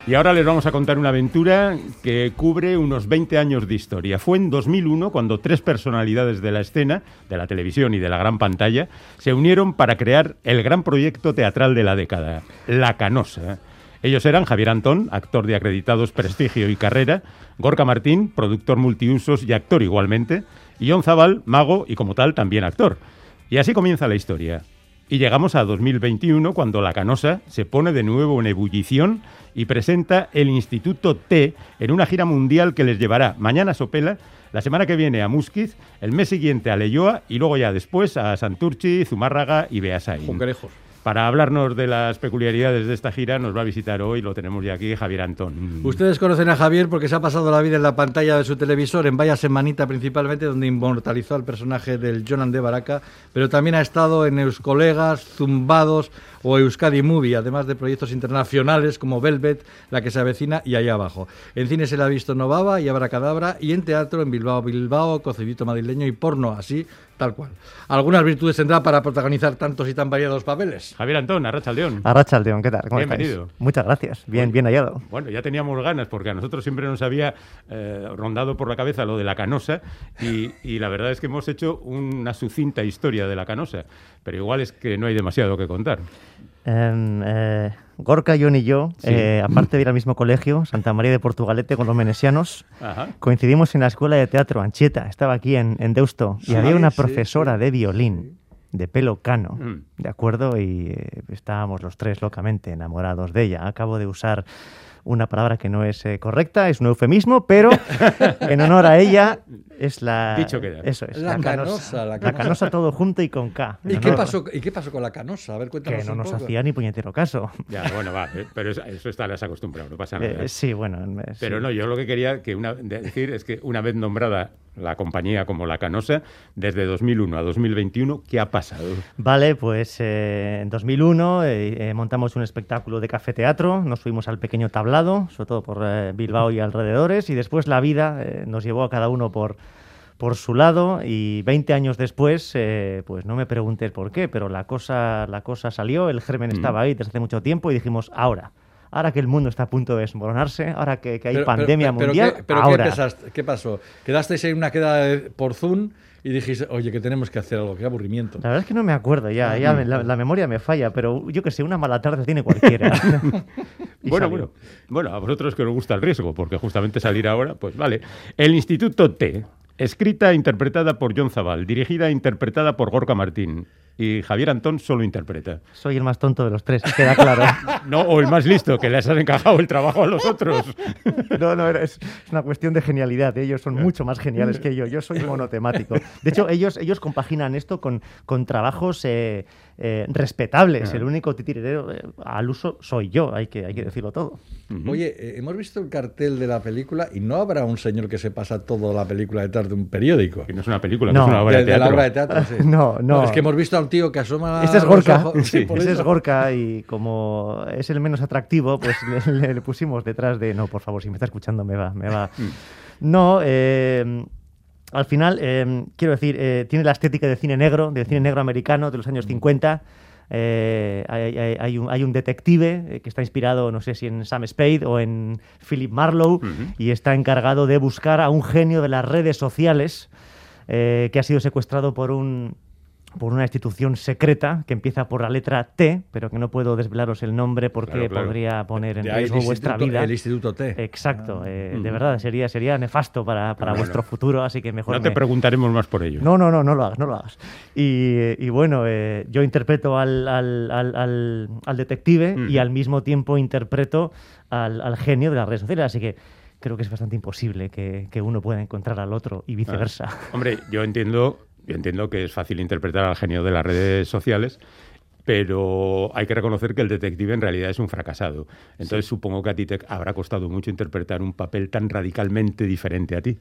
Y ahora les vamos a contar una aventura que cubre unos 20 años de historia. Fue en 2001 cuando tres personalidades de la escena, de la televisión y de la gran pantalla, se unieron para crear el gran proyecto teatral de la década, La Canosa. Ellos eran Javier Antón, actor de acreditados prestigio y carrera, Gorka Martín, productor multiusos y actor igualmente, y Jon Zabal, mago y como tal también actor. Y así comienza la historia. Y llegamos a 2021 cuando La Canosa se pone de nuevo en ebullición y presenta el Instituto T en una gira mundial que les llevará mañana a Sopela, la semana que viene a Muskiz, el mes siguiente a Leioa y luego ya después a Santurtzi, Zumárraga y Beasain. Conquerejos. Para hablarnos de las peculiaridades de esta gira nos va a visitar hoy, lo tenemos ya aquí, Javier Antón. Ustedes conocen a Javier porque se ha pasado la vida en la pantalla de su televisor, en Vaya Semanita principalmente, donde inmortalizó al personaje del Jonan de Baraca, pero también ha estado en Euskolegas, Zumbados o Euskadi Movie, además de proyectos internacionales como Velvet, La que se avecina y Allá abajo. En cine se le ha visto Novava y Abracadabra, y en teatro en Bilbao, Cocedito madrileño y porno, así tal cual. Algunas virtudes tendrá para protagonizar tantos y tan variados papeles. Javier Antón, Arratsaldeón. Arratsaldeón, ¿qué tal? ¿Cómo Bienvenido. estáis? Muchas gracias, bien hallado. Bueno, ya teníamos ganas porque a nosotros siempre nos había rondado por la cabeza lo de La Canosa y la verdad es que hemos hecho una sucinta historia de La Canosa, pero igual es que no hay demasiado que contar. Gorka, Jon y yo, Sí. aparte de ir al mismo colegio, Santa María de Portugalete, con los menesianos, Ajá. coincidimos en la escuela de teatro Anchieta, estaba aquí en Deusto, y Sí, había una sí, profesora sí. de violín, de pelo cano, Mm. ¿de acuerdo? Y estábamos los tres locamente enamorados de ella. Acabo de usar una palabra que no es correcta, es un eufemismo, pero en honor a ella es la... Dicho queda. Eso es, La Canosa, La Canosa todo junto y con K. ¿Y en qué honor- pasó con La Canosa? A ver, cuéntanos Que no un nos poco. hacía ni puñetero caso. Ya, bueno, va, pero eso estarás acostumbrado, no pasa nada. Sí, bueno. Pero sí. no, yo lo que quería decir es que una vez nombrada la compañía como La Canosa, desde 2001 a 2021, ¿qué ha pasado? Vale, pues en 2001 montamos un espectáculo de café-teatro, nos fuimos al pequeño tablado, sobre todo por Bilbao y alrededores, y después la vida nos llevó a cada uno por su lado, y 20 años después, pues no me preguntes por qué, pero la cosa salió, el germen estaba ahí desde hace mucho tiempo y dijimos, ahora que el mundo está a punto de desmoronarse, ahora que hay pandemia mundial, ahora. ¿Qué pasó? ¿Quedasteis en una queda por Zoom y dijiste, oye, que tenemos que hacer algo? Qué aburrimiento. La verdad es que no me acuerdo ya la memoria me falla, pero yo que sé, una mala tarde tiene cualquiera. Y salió. Bueno, a vosotros que os gusta el riesgo, porque justamente salir ahora, pues vale. El Instituto T, escrita e interpretada por Jon Zabal, dirigida e interpretada por Gorka Martín, y Javier Antón solo interpreta. Soy el más tonto de los tres, queda claro. No, o el más listo, que les has encajado el trabajo a los otros. No, es una cuestión de genialidad. Ellos son mucho más geniales que yo. Yo soy monotemático. De hecho, ellos compaginan esto con trabajos respetables. El único titiritero al uso soy yo, hay que decirlo todo. Oye, hemos visto el cartel de la película y no habrá un señor que se pasa toda la película detrás de un periódico. Que no es una película, No, no es una obra de De la teatro. obra de teatro, sí. No. Es que hemos visto a un tío que asoma. Este es Gorka, los ojos. Sí, por ese eso. es Gorka, y como es el menos atractivo, pues le pusimos detrás de... No, por favor, si me está escuchando me va. No, al final, quiero decir, tiene la estética del cine negro americano de los años 50. Hay un detective que está inspirado, no sé si en Sam Spade o en Philip Marlowe, y está encargado de buscar a un genio de las redes sociales que ha sido secuestrado por una institución secreta que empieza por la letra T, pero que no puedo desvelaros el nombre porque Claro. podría poner en De ahí riesgo vuestra vida. El Instituto T. Exacto, de verdad, sería nefasto para vuestro futuro, así que mejor No te preguntaremos más por ello. No lo hagas. Y bueno, yo interpreto al detective y al mismo tiempo interpreto al genio de las redes sociales, así que creo que es bastante imposible que uno pueda encontrar al otro y viceversa. Hombre, yo entiendo que es fácil interpretar al genio de las redes sociales, pero hay que reconocer que el detective en realidad es un fracasado. Entonces supongo que a ti te habrá costado mucho interpretar un papel tan radicalmente diferente a ti.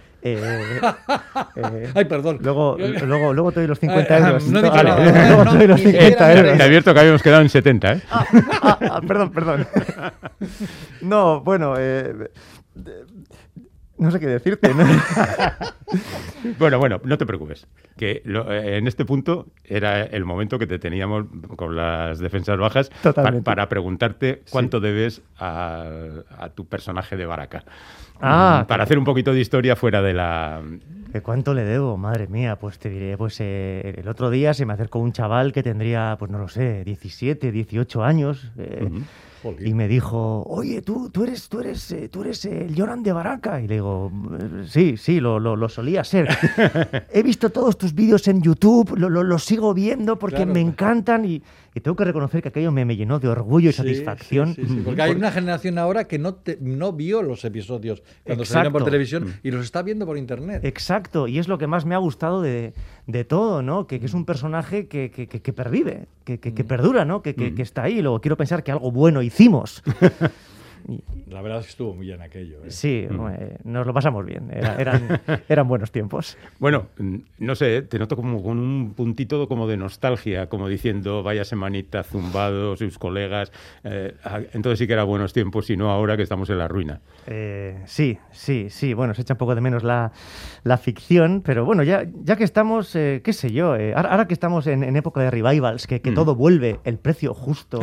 Ay, perdón. Luego te doy los 50 euros. No he dicho Vale, nada. luego te doy los Ni siquiera 50 me euros. Te advierto que habíamos quedado en 70, ¿eh? Perdón. No, bueno, No sé qué decirte, ¿no? Bueno, no te preocupes. Que en este punto era el momento que te teníamos con las defensas bajas para preguntarte cuánto debes a tu personaje de Baraka. Para hacer un poquito de historia fuera de la... ¿Cuánto le debo? Madre mía, pues te diré, pues el otro día se me acercó un chaval que tendría, pues no lo sé, 17, 18 años. Y me dijo, oye, tú eres el Jonan de Baraka. Y le digo, sí, lo solía ser. He visto todos tus vídeos en YouTube, lo sigo viendo porque me encantan y tengo que reconocer que aquello me llenó de orgullo y satisfacción. Sí, porque hay una generación ahora que no vio los episodios cuando salieron por televisión y los está viendo por internet. Exacto, y es lo que más me ha gustado de todo, ¿no? Que es un personaje que pervive, que perdura, ¿no? Que está ahí. Luego quiero pensar que algo bueno hicimos. La verdad es que estuvo muy bien aquello. Sí, nos lo pasamos bien. Eran buenos tiempos. Bueno, no sé, te noto como con un puntito como de nostalgia, como diciendo, vaya semanita, zumbados, sus colegas. Entonces sí que eran buenos tiempos y no ahora que estamos en la ruina. Sí. Bueno, se echa un poco de menos la ficción, pero bueno, ya que estamos, qué sé yo, ahora que estamos en época de revivals, que todo vuelve, el precio justo,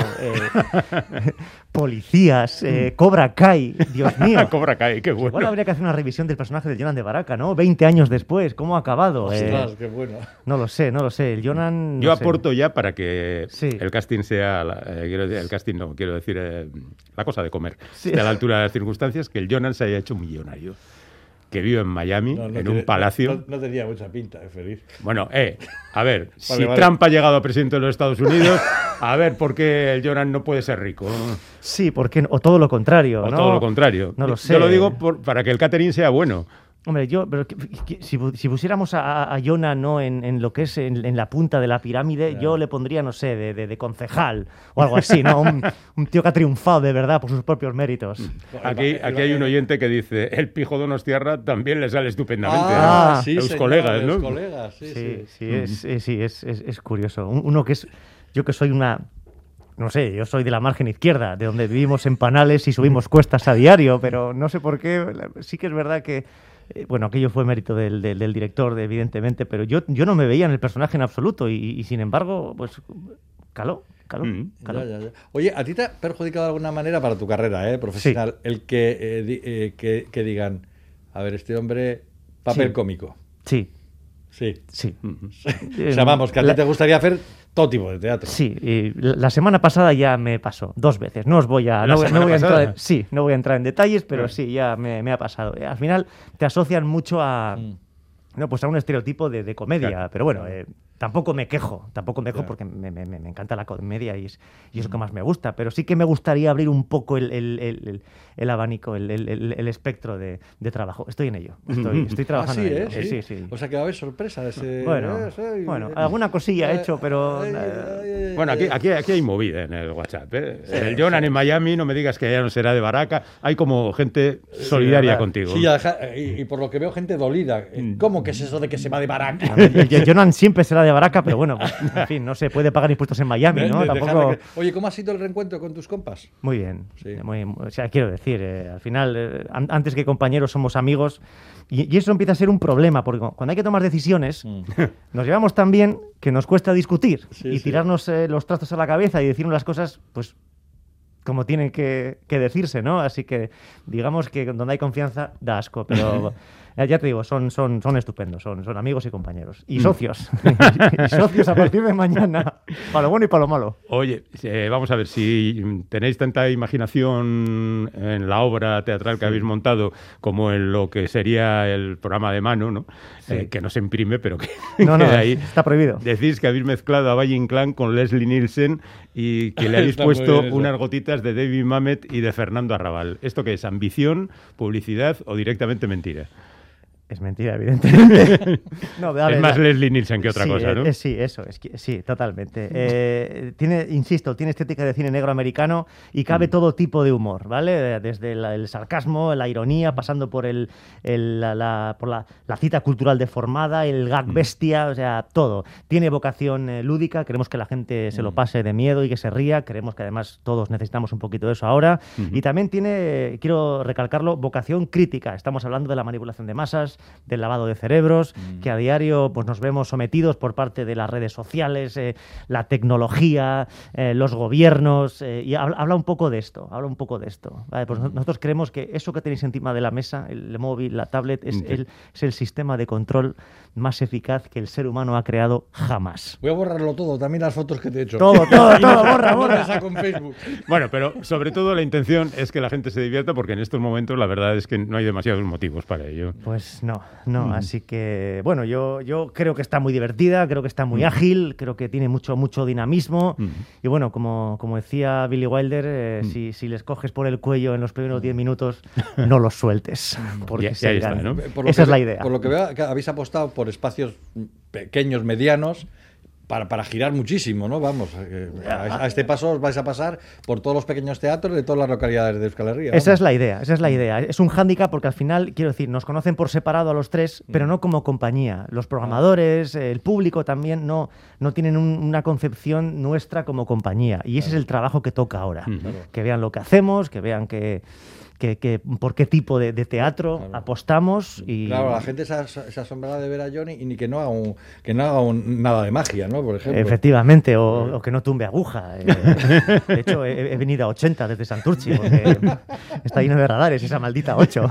policías, Cobra Kai, Dios mío. Cobra Kai, qué bueno. Igual habría que hacer una revisión del personaje del Jonan de Baraka, ¿no? 20 años después, ¿cómo ha acabado? Ostras, qué bueno. No lo sé. El Jonan... Yo aporto ya para que el casting sea... quiero decir, la cosa de comer. Esté a la altura de las circunstancias, que el Jonan se haya hecho millonario. Que vive en Miami, en un palacio. No tenía mucha pinta, feliz. Bueno, a ver, si Trump ha llegado a presidente de los Estados Unidos, a ver por qué el Jonan no puede ser rico. Sí, o todo lo contrario. O todo lo contrario. No lo sé. Yo lo digo para que el catering sea bueno. Hombre, pero si pusiéramos a Jonan, ¿no? en lo que es en la punta de la pirámide, yo le pondría, no sé, de concejal o algo así, ¿no? Un tío que ha triunfado de verdad por sus propios méritos. Aquí hay un oyente que dice, el pijo donostiarra también le sale estupendamente. Sí, los colegas, ¿no? Los colegas, sí, es curioso. Uno que es... Yo que soy no sé, yo soy de la margen izquierda, de donde vivimos en panales y subimos cuestas a diario, pero no sé por qué. Sí que es verdad que, bueno, aquello fue mérito del director, evidentemente, pero yo no me veía en el personaje en absoluto y sin embargo, pues, caló. Ya. Oye, ¿a ti te ha perjudicado de alguna manera para tu carrera profesional el que digan, a ver, este hombre, papel cómico? Sí. O sea, vamos, que a ti te gustaría hacer todo tipo de teatro. Sí, y la semana pasada ya me pasó 2 veces. No voy a entrar en detalles, pero sí, ya me ha pasado. Al final te asocian mucho a un estereotipo de comedia, claro, pero bueno, tampoco me quejo porque me encanta la comedia y es lo que más me gusta, pero sí que me gustaría abrir un poco el abanico, el espectro de trabajo. Estoy en ello, estoy trabajando en ello. Sí. O sea que va a haber sorpresa. Bueno, alguna cosilla he hecho, pero... Bueno, aquí hay movida en el WhatsApp. El Jonan en Miami, no me digas que ya no será de Baraka, hay como gente solidaria contigo. Sí, y por lo que veo gente dolida. ¿Cómo que es eso de que se va de Baraka? Jonan siempre será de Baraka, pero bueno, pues, en fin, no se puede pagar impuestos en Miami, ¿no? Tampoco... Oye, ¿cómo ha sido el reencuentro con tus compas? Muy bien. O sea, quiero decir, al final, antes que compañeros somos amigos y eso empieza a ser un problema, porque cuando hay que tomar decisiones, nos llevamos tan bien que nos cuesta discutir y tirarnos los trastos a la cabeza y decirnos las cosas, pues, como tienen que decirse, ¿no? Así que digamos que donde hay confianza da asco, pero ya te digo, son estupendos, son amigos y compañeros. Y socios. Y socios a partir de mañana, para lo bueno y para lo malo. Oye, vamos a ver, si tenéis tanta imaginación en la obra teatral que habéis montado como en lo que sería el programa de mano, ¿no? Sí. Que no se imprime, pero que ahí está prohibido. Decís que habéis mezclado a Valle Inclán con Leslie Nielsen y que le habéis puesto unas gotitas de David Mamet y de Fernando Arrabal. ¿Esto qué es? ¿Ambición, publicidad o directamente mentira? Es mentira, evidentemente. No, es más Leslie Nielsen que otra cosa, ¿no? Sí, eso, sí, totalmente. Insisto, tiene estética de cine negro americano y cabe todo tipo de humor, ¿vale? Desde el sarcasmo, la ironía, pasando por la cita cultural deformada, el gag bestia, o sea, todo. Tiene vocación lúdica, queremos que la gente se lo pase de miedo y que se ría, creemos que además todos necesitamos un poquito de eso ahora. Y también tiene, quiero recalcarlo, vocación crítica. Estamos hablando de la manipulación de masas, del lavado de cerebros, que a diario pues, nos vemos sometidos por parte de las redes sociales, la tecnología, los gobiernos, y habla un poco de esto, ¿vale? Pues nosotros creemos que eso que tenéis encima de la mesa, el móvil, la tablet, es el sistema de control más eficaz que el ser humano ha creado jamás. Voy a borrarlo todo, también las fotos que te he hecho. Todo, borra. Saco en Facebook. Bueno, pero sobre todo la intención es que la gente se divierta, porque en estos momentos la verdad es que no hay demasiados motivos para ello. Pues no, así que bueno, yo creo que está muy divertida, creo que está muy ágil, creo que tiene mucho dinamismo y bueno, como decía Billy Wilder, si les coges por el cuello en los primeros 10 minutos, no los sueltes, porque ya está, ¿no? Esa es la idea. Por lo que veo, habéis apostado por espacios pequeños, medianos, para girar muchísimo, ¿no? Vamos, a este paso os vais a pasar por todos los pequeños teatros de todas las localidades de Euskal Herria. Esa es la idea. Es un hándicap porque al final, quiero decir, nos conocen por separado a los tres, pero no como compañía. Los programadores, el público también no tienen una concepción nuestra como compañía. Y ese es el trabajo que toca ahora. Que vean lo que hacemos, que vean que por qué tipo de teatro apostamos. Y claro, la gente se asombrará de ver a Johnny y ni que no haga nada de magia, ¿no? Por ejemplo. Efectivamente, o que no tumbe aguja. De hecho, he venido a 80 desde Santurchi, porque está lleno de radares esa maldita 8.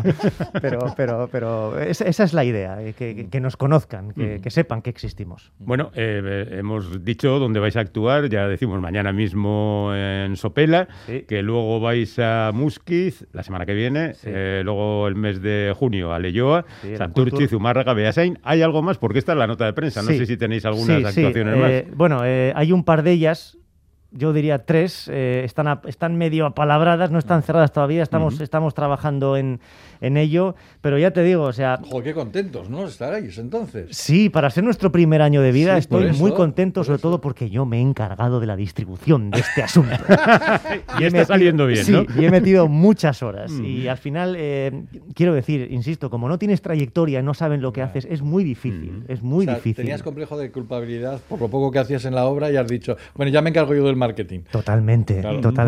Pero esa es la idea, que nos conozcan, que sepan que existimos. Bueno, hemos dicho dónde vais a actuar, ya decimos mañana mismo en Sopela, que luego vais a Muskiz la semana que viene, luego el mes de junio a Leioa, Santurchi, Zumárraga, Beasain. ¿Hay algo más? Porque esta es la nota de prensa, no sé si tenéis algunas actuaciones más. Bueno, hay un par de ellas. Yo diría 3, están medio apalabradas, no están cerradas todavía, estamos trabajando en ello, pero ya te digo, o sea... ¡Joder, qué contentos, ¿no? Estaréis entonces. Sí, para ser nuestro primer año de vida estoy muy contento, sobre todo porque yo me he encargado de la distribución de este asunto. Y está saliendo bien, ¿no? Sí, y he metido muchas horas. Y al final, quiero decir, insisto, como no tienes trayectoria, no saben lo que haces, es muy difícil, difícil. Tenías complejo de culpabilidad por lo poco que hacías en la obra y has dicho, bueno, ya me encargo yo del marketing. Totalmente.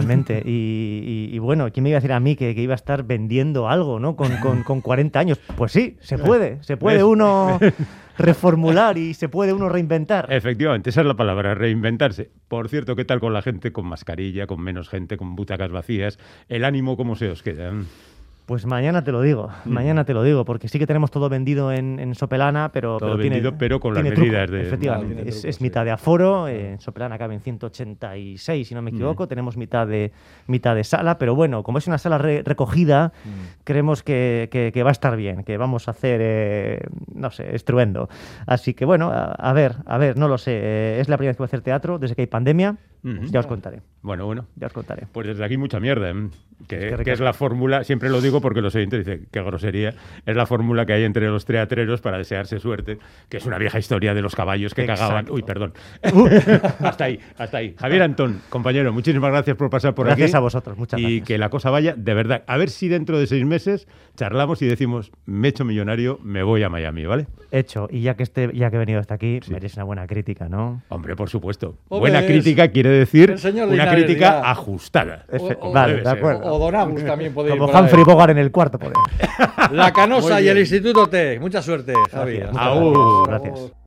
Y bueno, ¿quién me iba a decir a mí que iba a estar vendiendo algo, ¿no? Con 40 años. Pues sí, se puede uno reformular y se puede uno reinventar. Efectivamente, esa es la palabra, reinventarse. Por cierto, ¿qué tal con la gente con mascarilla, con menos gente, con butacas vacías? ¿El ánimo cómo se os queda? Pues mañana te lo digo, porque sí que tenemos todo vendido en Sopelana, pero con las medidas de... Efectivamente, es mitad de aforo, en Sopelana caben 186, si no me equivoco, tenemos mitad de sala, pero bueno, como es una sala recogida, creemos que va a estar bien, que vamos a hacer, estruendo. Así que bueno, a ver, no lo sé, es la primera vez que voy a hacer teatro desde que hay pandemia. Ya os contaré. Bueno. Ya os contaré. Pues desde aquí mucha mierda, que es la fórmula, siempre lo digo porque los oyentes dicen, qué grosería, es la fórmula que hay entre los teatreros para desearse suerte, que es una vieja historia de los caballos que cagaban. Uy, perdón. Hasta ahí. Javier Antón, compañero, muchísimas gracias por pasar por aquí. Gracias a vosotros, muchas gracias. Y que la cosa vaya de verdad. A ver si dentro de 6 meses charlamos y decimos, me he hecho millonario, me voy a Miami, ¿vale? Hecho. Y ya que he venido hasta aquí, mereces una buena crítica, ¿no? Hombre, por supuesto. Buena crítica quiere decir una crítica ya ajustada. Vale, de acuerdo. O Don Agus también puede ir. Como Humphrey Bogart en el cuarto poder. La Canosa y el Instituto T. Mucha suerte, Javi. Gracias. Gracias.